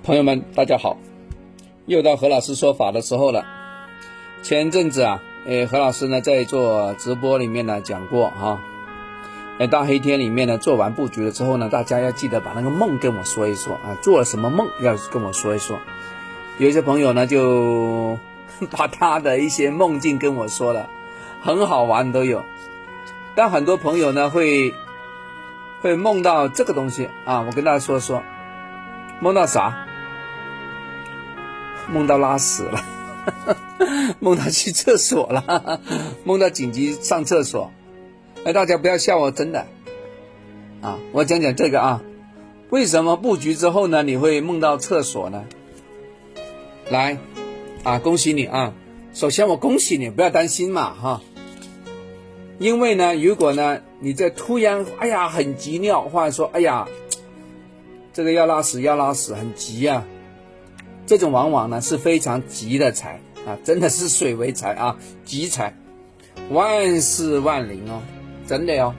朋友们大家好，又到何老师说法的时候了。前阵子何老师呢在做直播里面呢讲过大黑天里面呢做完布局了之后呢，大家要记得把那个梦跟我说一说做了什么梦要跟我说一说。有一些朋友呢就把他的一些梦境跟我说了，很好玩都有。但很多朋友呢会梦到这个东西我跟大家说说，梦到啥？梦到拉屎了梦到去厕所了，梦到紧急上厕所。大家不要笑我，真的我讲讲这个为什么布局之后呢你会梦到厕所呢？来恭喜你首先我恭喜你，不要担心嘛因为呢如果呢你在突然很急尿，或者说这个要拉屎很急这种往往呢是非常急的财真的是水为财急财，万事万灵真的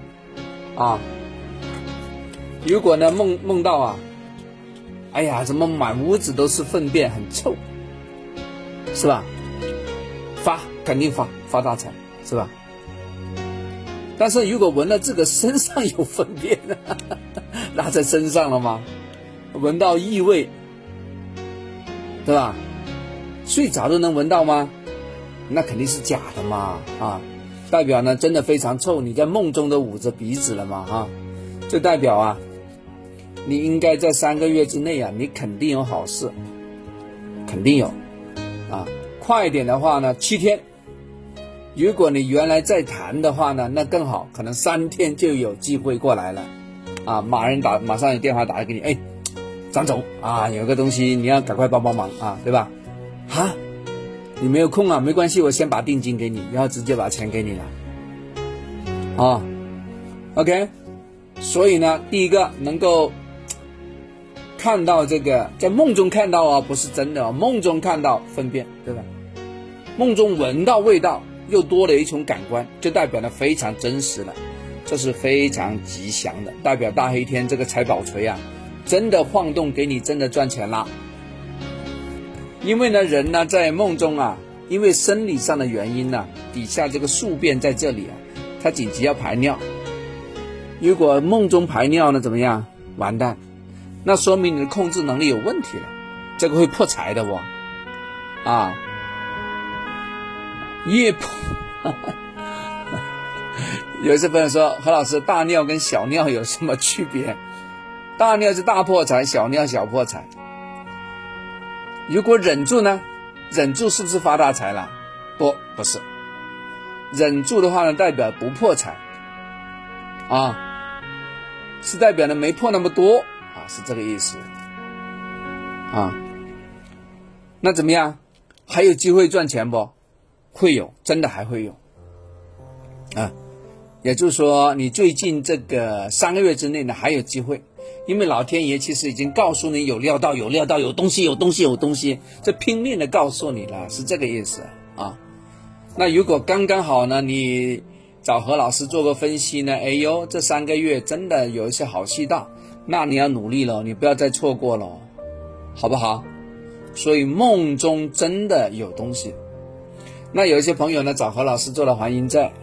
如果呢梦到怎么满屋子都是粪便，很臭，是吧？肯定发大财，是吧？但是如果闻了这个身上有粪便拉在身上了吗？闻到异味，对吧？睡着都能闻到吗？那肯定是假的嘛代表呢真的非常臭，你在梦中都捂着鼻子了嘛这代表你应该在3个月之内你肯定有好事，肯定有快一点的话呢7天，如果你原来在谈的话呢那更好，可能3天就有机会过来了马上有电话打来给你，张总有个东西你要赶快帮忙对吧？你没有空没关系，我先把定金给你，然后直接把钱给你了OK。 所以呢第一个能够看到这个，在梦中看到不是真的梦中看到粪便，对吧？梦中闻到味道，又多了一重感官，就代表呢非常真实了，这是非常吉祥的，代表大黑天这个财宝锤真的晃动，给你真的赚钱啦。因为呢人呢在梦中因为生理上的原因底下这个宿便在这里他紧急要排尿，如果梦中排尿呢怎么样？完蛋，那说明你的控制能力有问题了，这个会破财的越破有些朋友说，何老师，大尿跟小尿有什么区别？大尿是大破财，小尿小破财。如果忍住呢？忍住是不是发大财了？不是。忍住的话呢代表不破财是代表呢没破那么多是这个意思那怎么样？还有机会赚钱不？会有，真的还会有也就是说你最近这个3个月之内呢还有机会，因为老天爷其实已经告诉你有料到，有东西，这拼命的告诉你了，是这个意思那如果刚刚好呢你找何老师做个分析呢，这3个月真的有一些好戏到，那你要努力了，你不要再错过了，好不好？所以梦中真的有东西。那有一些朋友呢找何老师做了还阴债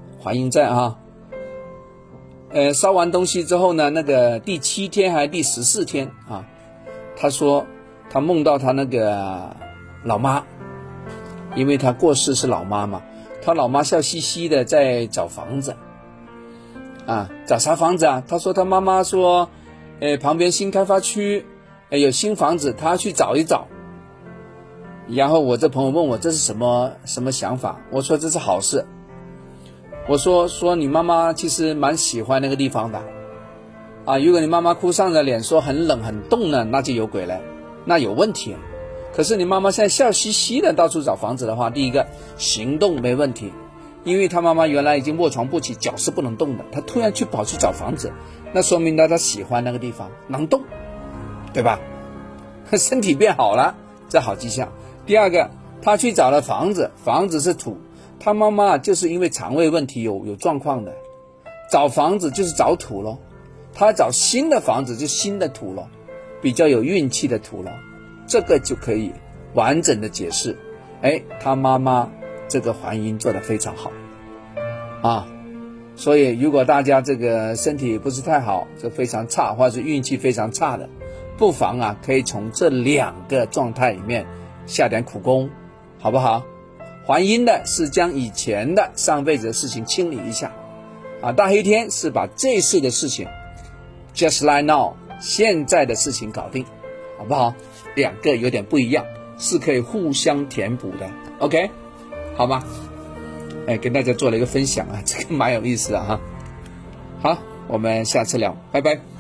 烧完东西之后呢，那个第7天还是第14天他说他梦到他那个老妈，因为他过世是老妈嘛，他老妈笑嘻嘻的在找房子找啥房子他说他妈妈说旁边新开发区有新房子，他去找一找。然后我这朋友问我这是什么想法，我说这是好事，我说你妈妈其实蛮喜欢那个地方的如果你妈妈哭丧着脸说很冷很冻呢，那就有鬼了，那有问题。可是你妈妈现在笑嘻嘻的到处找房子的话，第一个行动没问题，因为他妈妈原来已经卧床不起，脚是不能动的，他突然跑去找房子，那说明他喜欢那个地方，能动，对吧？身体变好了，这好迹象。第二个，他去找了房子，房子是土，他妈妈就是因为肠胃问题有状况的，找房子就是找土咯，他找新的房子就新的土咯，比较有运气的土咯， 这个就可以完整的解释，他妈妈这个还阴做得非常好啊。所以如果大家这个身体不是太好，就非常差，或者是运气非常差的，不妨可以从这2个状态里面下点苦功，好不好？还阴的是将以前的上辈子的事情清理一下大黑天是把这世的事情 just like now 现在的事情搞定，好不好？2个有点不一样，是可以互相填补的 OK 好吗？跟大家做了一个分享这个蛮有意思的好，我们下次聊，拜拜。